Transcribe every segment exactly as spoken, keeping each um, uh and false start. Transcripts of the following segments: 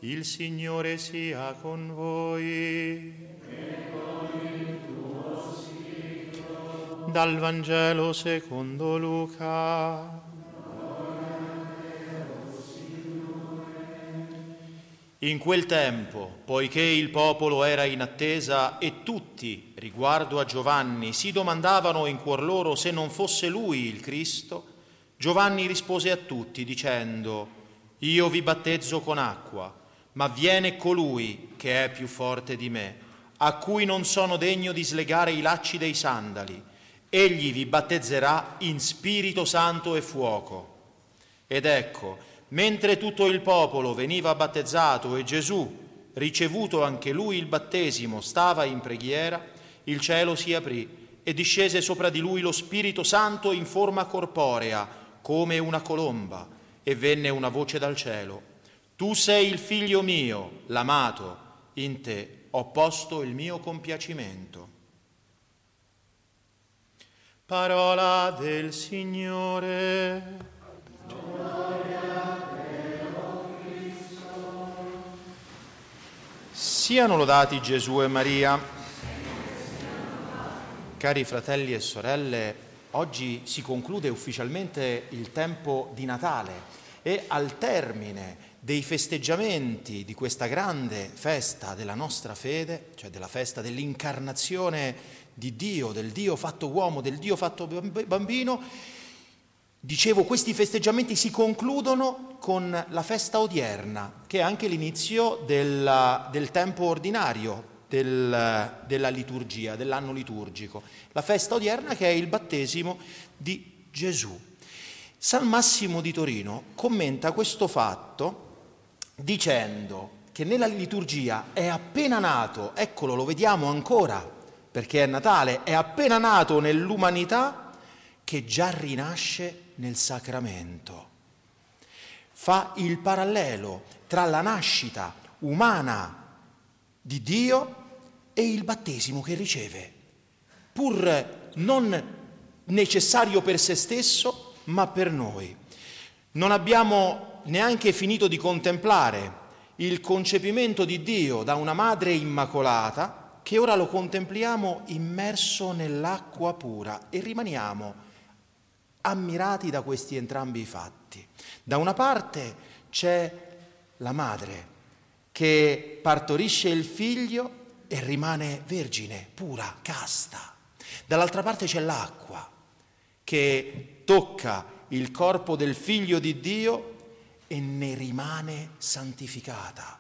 Il Signore sia con voi. E con il tuo spirito. Dal Vangelo secondo Luca. In quel tempo, poiché il popolo era in attesa e tutti, riguardo a Giovanni, si domandavano in cuor loro se non fosse lui il Cristo, Giovanni rispose a tutti dicendo: io vi battezzo con acqua, ma viene colui che è più forte di me, a cui non sono degno di slegare i lacci dei sandali. Egli vi battezzerà in Spirito Santo e fuoco. Ed ecco, mentre tutto il popolo veniva battezzato e Gesù, ricevuto anche lui il battesimo, stava in preghiera, il cielo si aprì e discese sopra di lui lo Spirito Santo in forma corporea, come una colomba, e venne una voce dal cielo: tu sei il figlio mio, l'amato, in te ho posto il mio compiacimento. Parola del Signore. Siano lodati Gesù e Maria. Cari fratelli e sorelle, oggi si conclude ufficialmente il tempo di Natale e al termine dei festeggiamenti di questa grande festa della nostra fede, cioè della festa dell'incarnazione di Dio, del Dio fatto uomo, del Dio fatto bambino, dicevo, questi festeggiamenti si concludono con la festa odierna, che è anche l'inizio del, del tempo ordinario del, della liturgia, dell'anno liturgico. La festa odierna che è il battesimo di Gesù. San Massimo di Torino commenta questo fatto dicendo che nella liturgia è appena nato, eccolo, lo vediamo ancora, perché è Natale, è appena nato nell'umanità che già rinasce nel sacramento. Fa il parallelo tra la nascita umana di Dio e il battesimo che riceve, pur non necessario per se stesso, ma per noi. Non abbiamo neanche finito di contemplare il concepimento di Dio da una madre immacolata, che ora lo contempliamo immerso nell'acqua pura e rimaniamo ammirati da questi entrambi i fatti. Da una parte c'è la madre che partorisce il figlio e rimane vergine, pura, casta. Dall'altra parte c'è l'acqua che tocca il corpo del figlio di Dio e ne rimane santificata.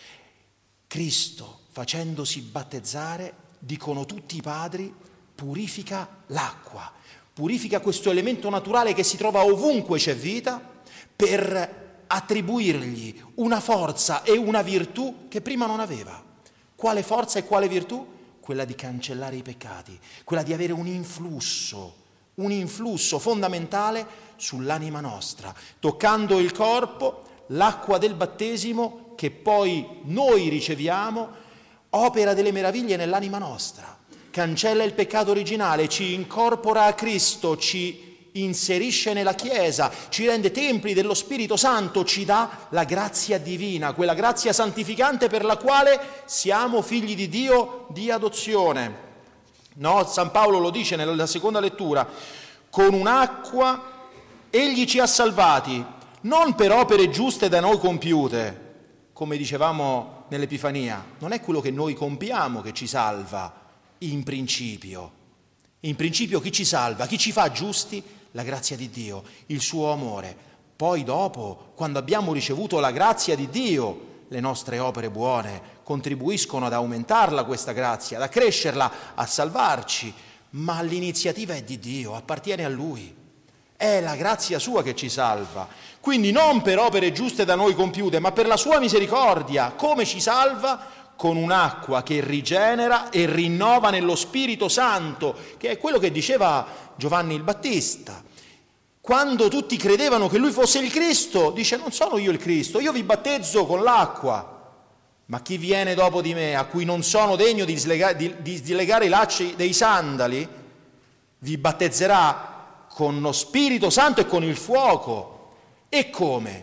Cristo, facendosi battezzare, dicono tutti i padri, purifica l'acqua. Purifica questo elemento naturale che si trova ovunque c'è vita per attribuirgli una forza e una virtù che prima non aveva. Quale forza e quale virtù? Quella di cancellare i peccati, quella di avere un influsso, un influsso fondamentale sull'anima nostra, toccando il corpo, l'acqua del battesimo che poi noi riceviamo, opera delle meraviglie nell'anima nostra. Cancella il peccato originale, ci incorpora a Cristo, ci inserisce nella Chiesa, ci rende templi dello Spirito Santo, ci dà la grazia divina, quella grazia santificante per la quale siamo figli di Dio di adozione. No, San Paolo lo dice nella seconda lettura: con un'acqua egli ci ha salvati, non per opere giuste da noi compiute, come dicevamo nell'Epifania. Non è quello che noi compiamo che ci salva. In principio, in principio chi ci salva, chi ci fa giusti? La grazia di Dio, il suo amore. Poi dopo, quando abbiamo ricevuto la grazia di Dio, le nostre opere buone contribuiscono ad aumentarla questa grazia, ad accrescerla, a salvarci, ma l'iniziativa è di Dio, appartiene a Lui. È la grazia sua che ci salva. Quindi non per opere giuste da noi compiute, ma per la sua misericordia. Come ci salva? Con un'acqua che rigenera e rinnova nello Spirito Santo, che è quello che diceva Giovanni il Battista. Quando tutti credevano che lui fosse il Cristo, dice: non sono io il Cristo, io vi battezzo con l'acqua, ma chi viene dopo di me, a cui non sono degno di slegare, di, di slegare i lacci dei sandali, vi battezzerà con lo Spirito Santo e con il fuoco. E come?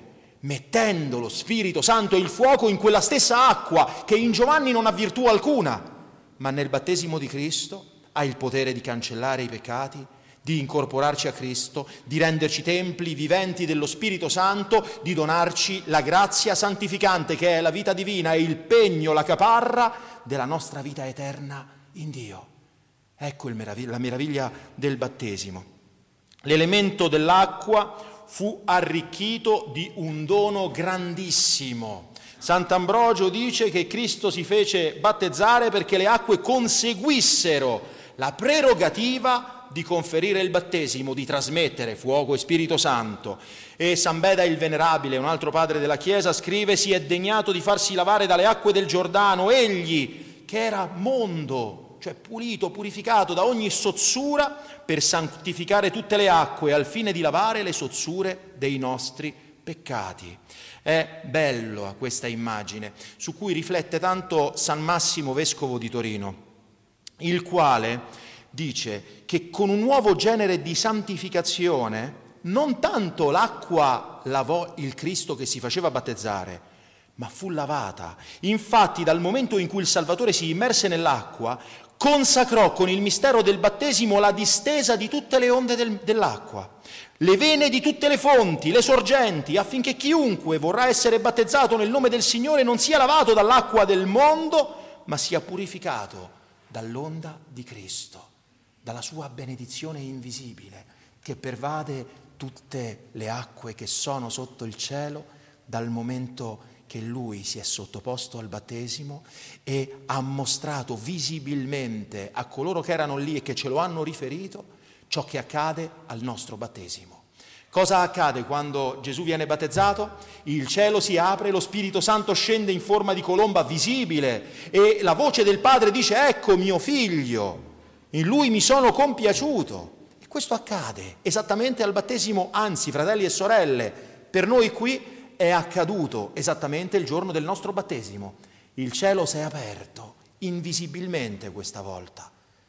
mettendo lo Spirito Santo e il fuoco in quella stessa acqua che in Giovanni non ha virtù alcuna, ma nel battesimo di Cristo ha il potere di cancellare i peccati, di incorporarci a Cristo, di renderci templi viventi dello Spirito Santo, di donarci la grazia santificante che è la vita divina e il pegno, la caparra della nostra vita eterna in Dio. Ecco il meraviglia, la meraviglia del battesimo. L'elemento dell'acqua fu arricchito di un dono grandissimo. Sant'Ambrogio dice che Cristo si fece battezzare perché le acque conseguissero la prerogativa di conferire il battesimo, di trasmettere fuoco e Spirito Santo. E San Beda il Venerabile, un altro padre della Chiesa, scrive: si è degnato di farsi lavare dalle acque del Giordano, egli che era mondo, cioè pulito, purificato da ogni sozzura, per santificare tutte le acque al fine di lavare le sozzure dei nostri peccati. È bello questa immagine, su cui riflette tanto San Massimo Vescovo di Torino, il quale dice che con un nuovo genere di santificazione non tanto l'acqua lavò il Cristo che si faceva battezzare, ma fu lavata. Infatti, dal momento in cui il Salvatore si immerse nell'acqua, consacrò con il mistero del battesimo la distesa di tutte le onde del, dell'acqua, le vene di tutte le fonti, le sorgenti, affinché chiunque vorrà essere battezzato nel nome del Signore non sia lavato dall'acqua del mondo, ma sia purificato dall'onda di Cristo, dalla sua benedizione invisibile che pervade tutte le acque che sono sotto il cielo dal momento che Lui si è sottoposto al battesimo e ha mostrato visibilmente a coloro che erano lì e che ce lo hanno riferito ciò che accade al nostro battesimo. Cosa accade quando Gesù viene battezzato? Il cielo si apre, lo Spirito Santo scende in forma di colomba visibile e la voce del Padre dice: ecco mio figlio, in lui mi sono compiaciuto. E questo accade esattamente al battesimo, anzi, fratelli e sorelle, per noi qui è accaduto esattamente il giorno del nostro battesimo. Il cielo si è aperto invisibilmente questa volta.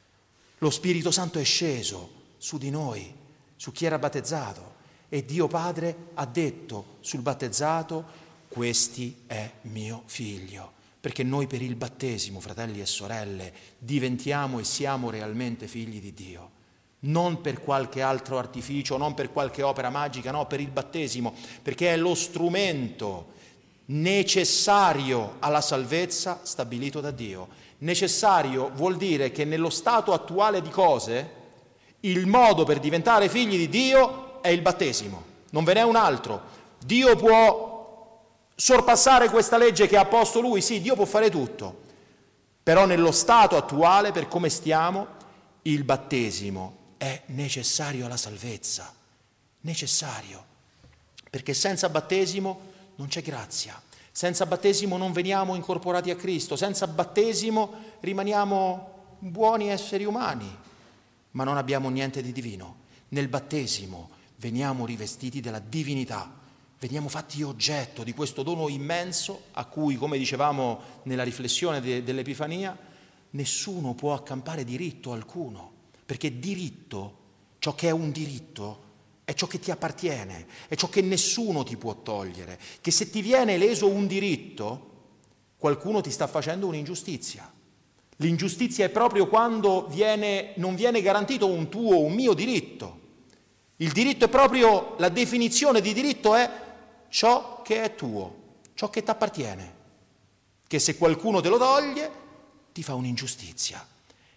Lo Spirito Santo è sceso su di noi, su chi era battezzato, e Dio Padre ha detto sul battezzato: questi è mio figlio. Perché noi per il battesimo, fratelli e sorelle, diventiamo e siamo realmente figli di Dio. Non per qualche altro artificio, non per qualche opera magica, no, per il battesimo, perché è lo strumento necessario alla salvezza stabilito da Dio. Necessario vuol dire che nello stato attuale di cose il modo per diventare figli di Dio è il battesimo, non ve n'è un altro. Dio può sorpassare questa legge che ha posto Lui, sì, Dio può fare tutto, però nello stato attuale, per come stiamo, il battesimo è necessario alla salvezza, necessario, perché senza battesimo non c'è grazia, senza battesimo non veniamo incorporati a Cristo, senza battesimo rimaniamo buoni esseri umani, ma non abbiamo niente di divino. Nel battesimo veniamo rivestiti della divinità, veniamo fatti oggetto di questo dono immenso a cui, come dicevamo nella riflessione de- dell'Epifania, nessuno può accampare diritto alcuno, perché diritto, ciò che è un diritto, è ciò che ti appartiene, è ciò che nessuno ti può togliere, che se ti viene leso un diritto, qualcuno ti sta facendo un'ingiustizia. L'ingiustizia è proprio quando viene, non viene garantito un tuo, un mio diritto. Il diritto è proprio, la definizione di diritto è ciò che è tuo, ciò che ti appartiene, che se qualcuno te lo toglie ti fa un'ingiustizia.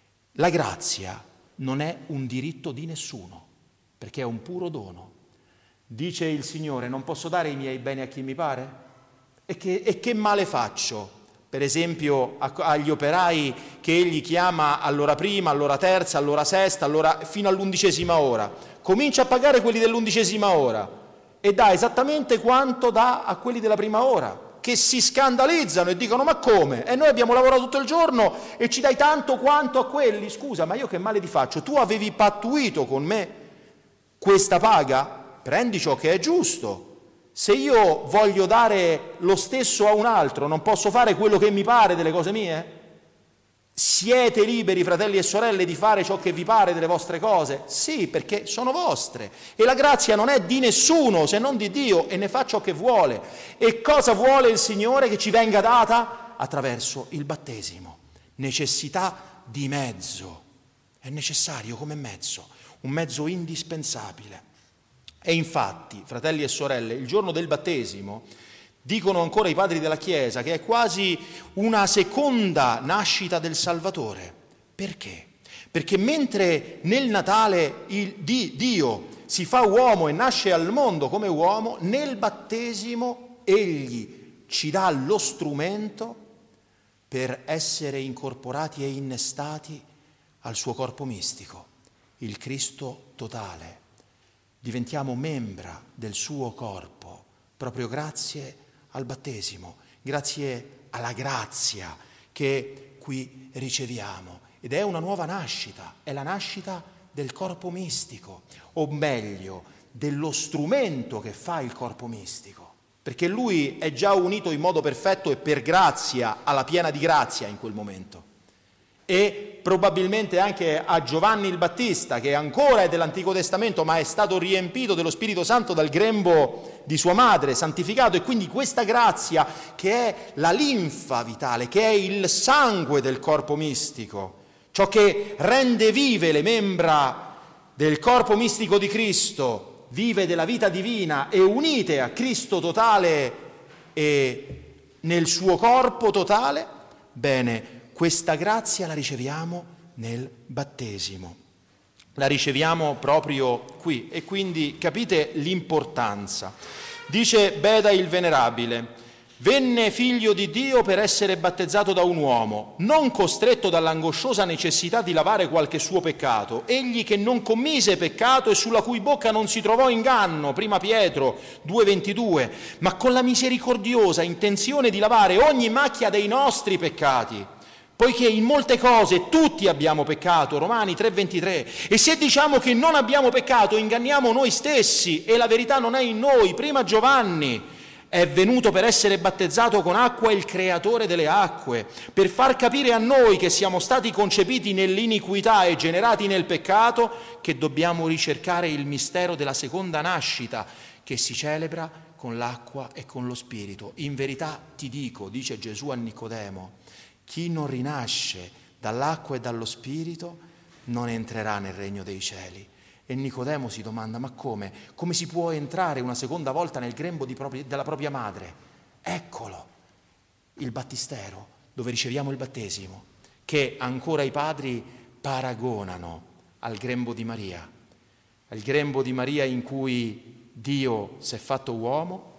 La grazia non è un diritto di nessuno, perché è un puro dono. Dice il Signore: non posso dare i miei beni a chi mi pare? E che, e che male faccio? Per esempio a, agli operai che egli chiama all'ora prima, all'ora terza, all'ora sesta, all'ora, fino all'undicesima ora. Comincia a pagare quelli dell'undicesima ora e dà esattamente quanto dà a quelli della prima ora, che si scandalizzano e dicono: ma come? E noi abbiamo lavorato tutto il giorno e ci dai tanto quanto a quelli? Scusa, ma io che male ti faccio? Tu avevi pattuito con me questa paga? Prendi ciò che è giusto. Se io voglio dare lo stesso a un altro, non posso fare quello che mi pare delle cose mie? Siete liberi, fratelli e sorelle, di fare ciò che vi pare delle vostre cose? Sì, perché sono vostre. E la grazia non è di nessuno se non di Dio, e ne fa ciò che vuole. E cosa vuole il Signore? Che ci venga data? Attraverso il battesimo. Necessità di mezzo. È necessario come mezzo, un mezzo indispensabile. E infatti, fratelli e sorelle, il giorno del battesimo, dicono ancora i padri della Chiesa, che è quasi una seconda nascita del Salvatore. Perché? Perché mentre nel Natale il, di, Dio si fa uomo e nasce al mondo come uomo, nel battesimo Egli ci dà lo strumento per essere incorporati e innestati al suo corpo mistico, il Cristo totale. Diventiamo membra del suo corpo, proprio grazie al battesimo, grazie alla grazia che qui riceviamo. Ed è una nuova nascita, è la nascita del corpo mistico, o meglio, dello strumento che fa il corpo mistico, perché lui è già unito in modo perfetto e per grazia alla piena di grazia in quel momento. E probabilmente anche a Giovanni il Battista, che ancora è dell'Antico Testamento, ma è stato riempito dello Spirito Santo dal grembo di sua madre, santificato, e quindi questa grazia che è la linfa vitale, che è il sangue del corpo mistico, ciò che rende vive le membra del corpo mistico di Cristo, vive della vita divina e unite a Cristo totale e nel suo corpo totale, bene, questa grazia la riceviamo nel battesimo, la riceviamo proprio qui, e quindi capite l'importanza. Dice Beda il Venerabile: venne figlio di Dio per essere battezzato da un uomo, non costretto dall'angosciosa necessità di lavare qualche suo peccato, egli che non commise peccato e sulla cui bocca non si trovò inganno, prima Pietro due ventidue, ma con la misericordiosa intenzione di lavare ogni macchia dei nostri peccati, poiché in molte cose tutti abbiamo peccato, Romani tre ventitré, e se diciamo che non abbiamo peccato inganniamo noi stessi e la verità non è in noi, prima Giovanni. È venuto per essere battezzato con acqua il creatore delle acque, per far capire a noi che siamo stati concepiti nell'iniquità e generati nel peccato, che dobbiamo ricercare il mistero della seconda nascita, che si celebra con l'acqua e con lo Spirito. In verità ti dico, dice Gesù a Nicodemo, chi non rinasce dall'acqua e dallo Spirito non entrerà nel regno dei cieli. E Nicodemo si domanda: ma come? Come si può entrare una seconda volta nel grembo di propri, della propria madre? Eccolo, il battistero, dove riceviamo il battesimo, che ancora i padri paragonano al grembo di Maria, al grembo di Maria in cui Dio si è fatto uomo,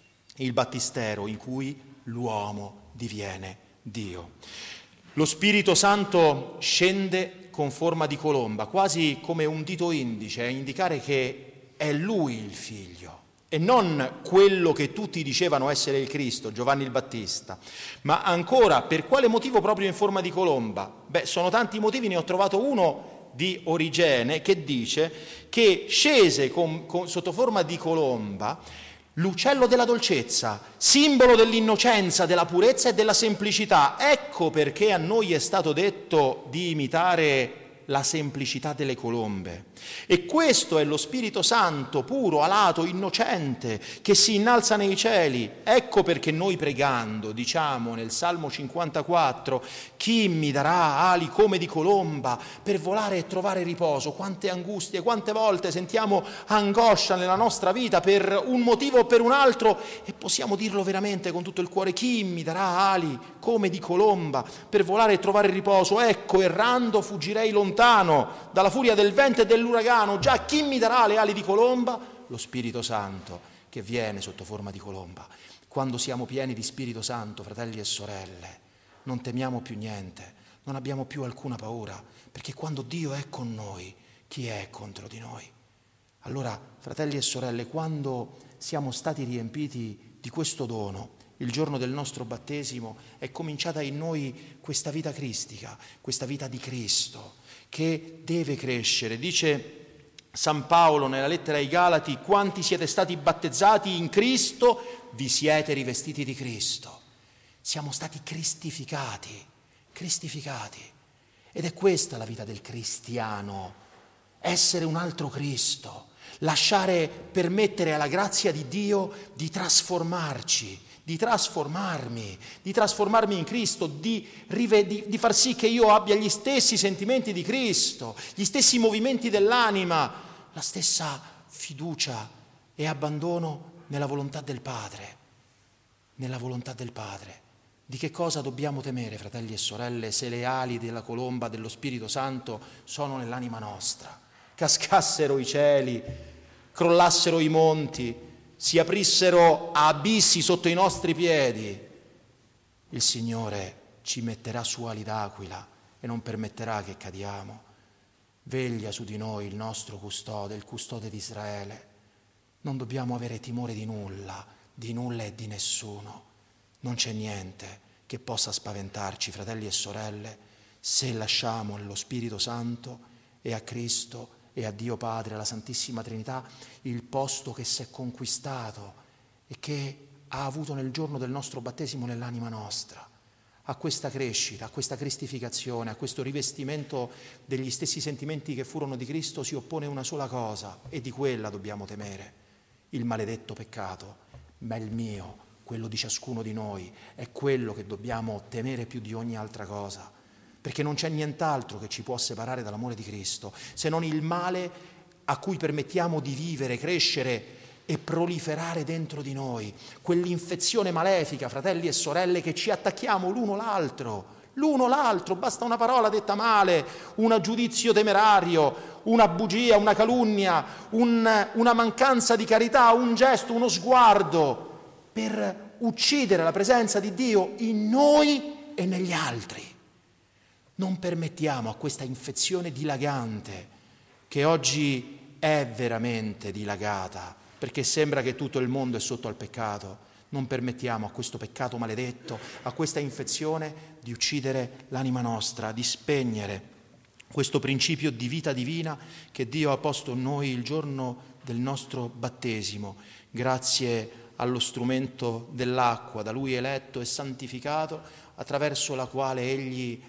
il battistero in cui l'uomo diviene Dio. Lo Spirito Santo scende con forma di colomba, quasi come un dito indice a indicare che è Lui il Figlio e non quello che tutti dicevano essere il Cristo, Giovanni il Battista. Ma ancora, per quale motivo proprio in forma di colomba? Beh, sono tanti motivi, ne ho trovato uno di Origene che dice che scese con, con, sotto forma di colomba l'uccello della dolcezza, simbolo dell'innocenza, della purezza e della semplicità. Ecco perché a noi è stato detto di imitare la semplicità delle colombe. E questo è lo Spirito Santo, puro, alato, innocente, che si innalza nei cieli. Ecco perché noi pregando diciamo nel Salmo cinquantaquattro: chi mi darà ali come di colomba per volare e trovare riposo? Quante angustie, quante volte sentiamo angoscia nella nostra vita per un motivo o per un altro, e possiamo dirlo veramente con tutto il cuore: chi mi darà ali come di colomba per volare e trovare riposo? Ecco, errando fuggirei lontano dalla furia del vento e dell'uragano. Già, chi mi darà le ali di colomba? Lo Spirito Santo, che viene sotto forma di colomba. Quando siamo pieni di Spirito Santo, fratelli e sorelle, non temiamo più niente, non abbiamo più alcuna paura, perché quando Dio è con noi, chi è contro di noi? Allora, fratelli e sorelle, quando siamo stati riempiti di questo dono, il giorno del nostro battesimo, è cominciata in noi questa vita cristica, questa vita di Cristo, che deve crescere. Dice San Paolo nella lettera ai Galati: quanti siete stati battezzati in Cristo, vi siete rivestiti di Cristo. Siamo stati cristificati. cristificati. Ed è questa la vita del cristiano, essere un altro Cristo, lasciare, permettere alla grazia di Dio di trasformarci, di trasformarmi, di trasformarmi in Cristo, di, rive, di, di far sì che io abbia gli stessi sentimenti di Cristo, gli stessi movimenti dell'anima, la stessa fiducia e abbandono nella volontà del Padre, nella volontà del Padre. Di che cosa dobbiamo temere, fratelli e sorelle, se le ali della colomba dello Spirito Santo sono nell'anima nostra? Cascassero i cieli, crollassero i monti, si aprissero abissi sotto i nostri piedi, il Signore ci metterà su ali d'aquila e non permetterà che cadiamo. Veglia su di noi il nostro custode, il custode di Israele. Non dobbiamo avere timore di nulla, di nulla e di nessuno. Non c'è niente che possa spaventarci, fratelli e sorelle, se lasciamo allo Spirito Santo e a Cristo e a Dio Padre, alla Santissima Trinità, il posto che si è conquistato e che ha avuto nel giorno del nostro battesimo nell'anima nostra. A questa crescita, a questa cristificazione, a questo rivestimento degli stessi sentimenti che furono di Cristo si oppone una sola cosa, e di quella dobbiamo temere: il maledetto peccato, ma il mio, quello di ciascuno di noi, è quello che dobbiamo temere più di ogni altra cosa, perché non c'è nient'altro che ci può separare dall'amore di Cristo, se non il male a cui permettiamo di vivere, crescere e proliferare dentro di noi, quell'infezione malefica, fratelli e sorelle, che ci attacchiamo l'uno l'altro, l'uno l'altro, basta una parola detta male, un giudizio temerario, una bugia, una calunnia, un, una mancanza di carità, un gesto, uno sguardo, per uccidere la presenza di Dio in noi e negli altri. Non permettiamo a questa infezione dilagante, che oggi è veramente dilagata, perché sembra che tutto il mondo è sotto al peccato, non permettiamo a questo peccato maledetto, a questa infezione, di uccidere l'anima nostra, di spegnere questo principio di vita divina che Dio ha posto in noi il giorno del nostro battesimo, grazie allo strumento dell'acqua, da Lui eletto e santificato, attraverso la quale Egli,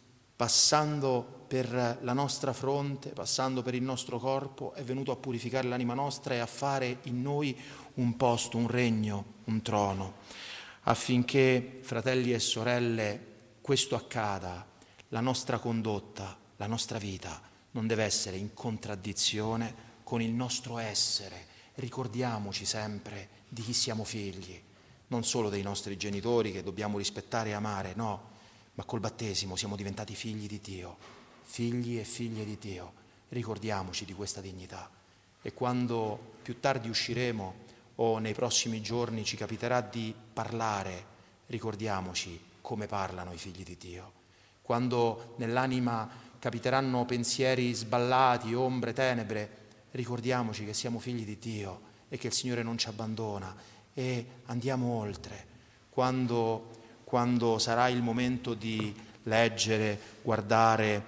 passando per la nostra fronte, passando per il nostro corpo, è venuto a purificare l'anima nostra e a fare in noi un posto, un regno, un trono, affinché, fratelli e sorelle, questo accada. La nostra condotta, la nostra vita non deve essere in contraddizione con il nostro essere. Ricordiamoci sempre di chi siamo figli, non solo dei nostri genitori che dobbiamo rispettare e amare, no, ma col battesimo siamo diventati figli di Dio, figli e figlie di Dio. Ricordiamoci di questa dignità, e quando più tardi usciremo o nei prossimi giorni ci capiterà di parlare, ricordiamoci come parlano i figli di Dio. Quando nell'anima capiteranno pensieri sballati, ombre, tenebre, ricordiamoci che siamo figli di Dio e che il Signore non ci abbandona, e andiamo oltre. Quando, quando sarà il momento di leggere, guardare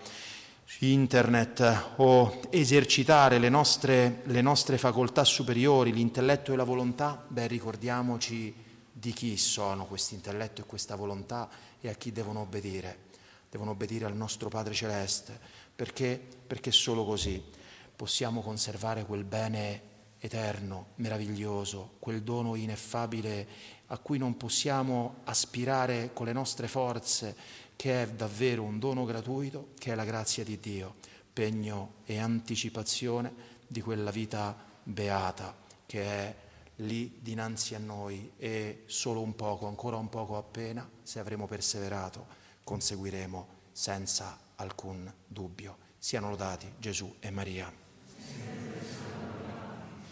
internet o esercitare le nostre, le nostre facoltà superiori, l'intelletto e la volontà, beh, ricordiamoci di chi sono questo intelletto e questa volontà e a chi devono obbedire. Devono obbedire al nostro Padre Celeste, perché, perché solo così possiamo conservare quel bene eterno, meraviglioso, quel dono ineffabile a cui non possiamo aspirare con le nostre forze, che è davvero un dono gratuito, che è la grazia di Dio, pegno e anticipazione di quella vita beata che è lì dinanzi a noi, e solo un poco, ancora un poco appena, se avremo perseverato, conseguiremo senza alcun dubbio. Siano lodati Gesù e Maria.